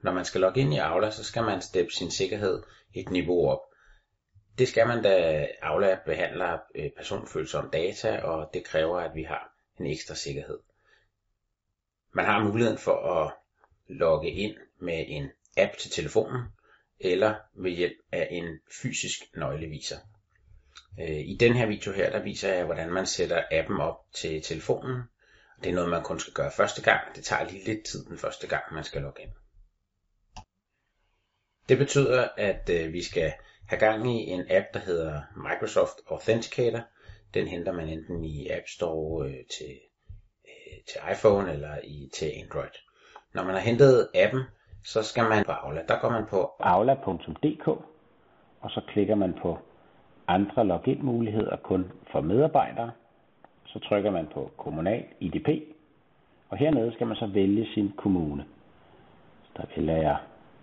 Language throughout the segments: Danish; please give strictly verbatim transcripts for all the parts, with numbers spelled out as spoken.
Når man skal logge ind i Aula, så skal man steppe sin sikkerhed et niveau op. Det skal man, da Aula behandler personfølsomme data, og det kræver, at vi har en ekstra sikkerhed. Man har muligheden for at logge ind med en app til telefonen, eller ved hjælp af en fysisk nøgleviser. I den her video her, der viser jeg, hvordan man sætter appen op til telefonen. Det er noget, man kun skal gøre første gang. Det tager lige lidt tid den første gang, man skal logge ind. Det betyder, at vi skal have gang i en app, der hedder Microsoft Authenticator. Den henter man enten i App Store til, til iPhone eller i, til Android. Når man har hentet appen, så skal man på Aula. Der går man på aula punktum d k, og så klikker man på andre login-muligheder kun for medarbejdere. Så trykker man på kommunal I D P, og hernede skal man så vælge sin kommune. Så der vælger jeg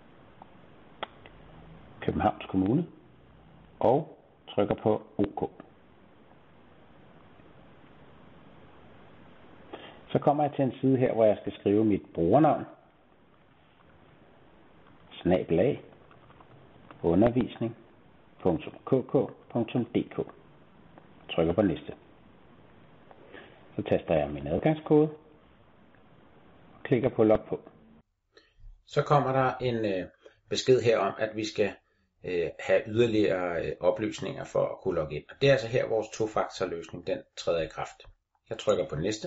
Københavns Kommune og trykker på OK. Så kommer jeg til en side her, hvor jeg skal skrive mit brugernavn, snabelag, undervisning punktum k k punktum d k. Trykker på næste. Så taster jeg min adgangskode og klikker på log på. Så kommer der en øh, besked her om, at vi skal øh, have yderligere øh, oplysninger for at kunne logge ind. Og det er altså her, vores tofaktorløsning den træder i kraft. Jeg trykker på næste.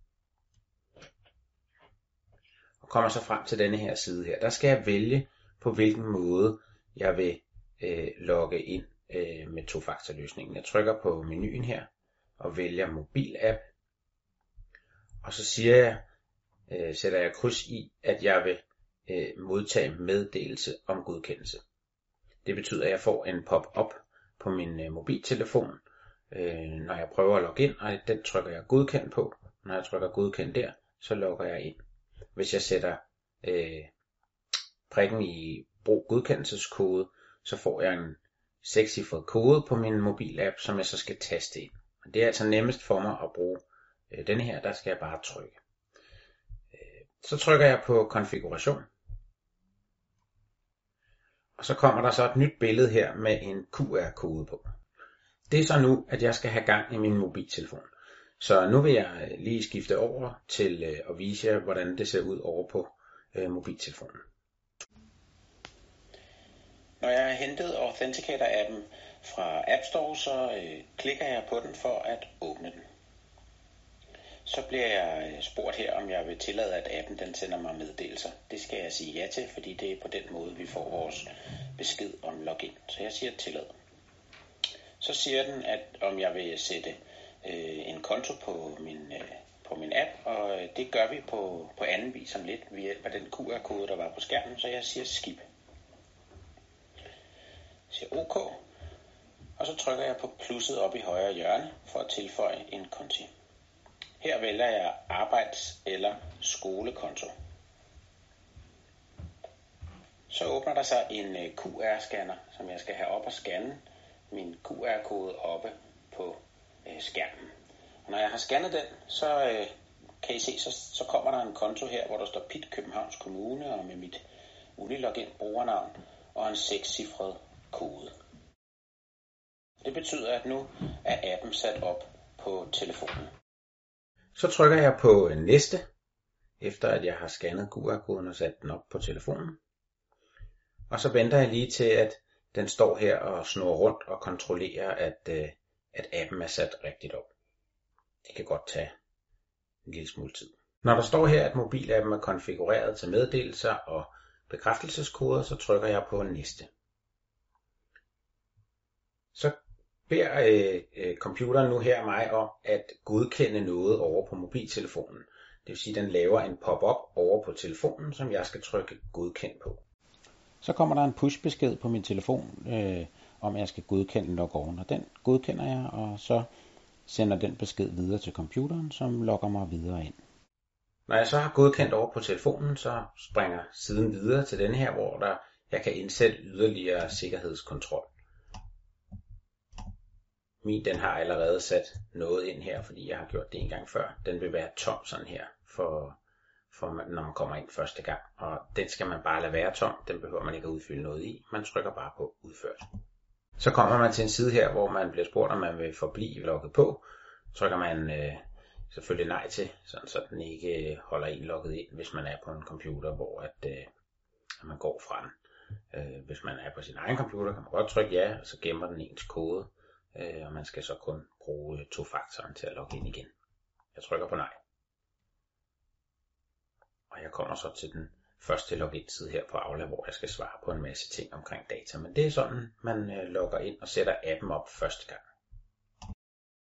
Og kommer så frem til denne her side her. Der skal jeg vælge, på hvilken måde jeg vil øh, logge ind øh, med tofaktorløsningen. Jeg trykker på menuen her og vælger mobilapp. Og så siger jeg, øh, sætter jeg kryds i, at jeg vil øh, modtage meddelelse om godkendelse. Det betyder, at jeg får en pop-up på min øh, mobiltelefon, øh, når jeg prøver at logge ind, og den trykker jeg godkend på. Når jeg trykker godkend der, så logger jeg ind. Hvis jeg sætter øh, prikken i brug godkendelseskode, så får jeg en sekscifret kode på min mobilapp, som jeg så skal taste ind. Det er altså nemmest for mig at bruge øh, denne her, der skal jeg bare trykke. Øh, så trykker jeg på konfiguration. Og så kommer der så et nyt billede her med en Q R-kode på. Det er så nu, at jeg skal have gang i min mobiltelefon. Så nu vil jeg lige skifte over til at vise jer, hvordan det ser ud over på øh, mobiltelefonen. Når jeg har hentet Authenticator-appen fra App Store, så øh, klikker jeg på den for at åbne den. Så bliver jeg spurgt her, om jeg vil tillade, at appen den sender mig meddelelser. Det skal jeg sige ja til, fordi det er på den måde, vi får vores besked om login. Så jeg siger tillad. Så siger den, at om jeg vil sætte øh, en konto på min, øh, på min app, og det gør vi på, på anden vis om lidt ved hjælp af den Q R-kode, der var på skærmen, så jeg siger skip. Jeg siger OK, og så trykker jeg på plusset op i højre hjørne for at tilføje en konto. Her vælger jeg arbejds- eller skolekonto. Så åbner der sig en Q R-scanner, som jeg skal have op og scanne min Q R-kode oppe på øh, skærmen. Og når jeg har scannet den, så øh, kan I se, så, så kommer der en konto her, hvor der står P I T Københavns Kommune og med mit Unilogin brugernavn og en sekscifret kode. Det betyder, at nu er appen sat op på telefonen. Så trykker jeg på næste, efter at jeg har scannet Q R-koden og sat den op på telefonen. Og så venter jeg lige til, at den står her og snurrer rundt og kontrollerer, at, at appen er sat rigtigt op. Det kan godt tage en lille smule tid. Når der står her, at mobilappen er konfigureret til meddelelser og bekræftelseskoder, så trykker jeg på næste. Så beder øh, øh, computeren nu her mig om at godkende noget over på mobiltelefonen. Det vil sige, at den laver en pop-up over på telefonen, som jeg skal trykke godkend på. Så kommer der en push-besked på min telefon, øh, om at jeg skal godkende logoven, og den godkender jeg, og så sender den besked videre til computeren, som logger mig videre ind. Når jeg så har godkendt over på telefonen, så springer siden videre til denne her, hvor der, jeg kan indsætte yderligere sikkerhedskontrol. Min den har allerede sat noget ind her, fordi jeg har gjort det en gang før. Den vil være tom sådan her for, for når man kommer ind første gang. Og den skal man bare lade være tom, den behøver man ikke at udfylde noget i. Man trykker bare på udført. Så kommer man til en side her, hvor man bliver spurgt, om man vil forblive logget på. Trykker man øh, selvfølgelig nej til, sådan så den ikke holder en logget ind, hvis man er på en computer, hvor at, øh, at man går fra den. Øh, hvis man er på sin egen computer, kan man godt trykke ja, og så gemmer den ens kode. Øh, og man skal så kun bruge to-faktoren til at logge ind igen. Jeg trykker på nej. Og jeg kommer så til den første login-side her på Aula, hvor jeg skal svare på en masse ting omkring data. Men det er sådan, man øh, logger ind og sætter appen op første gang.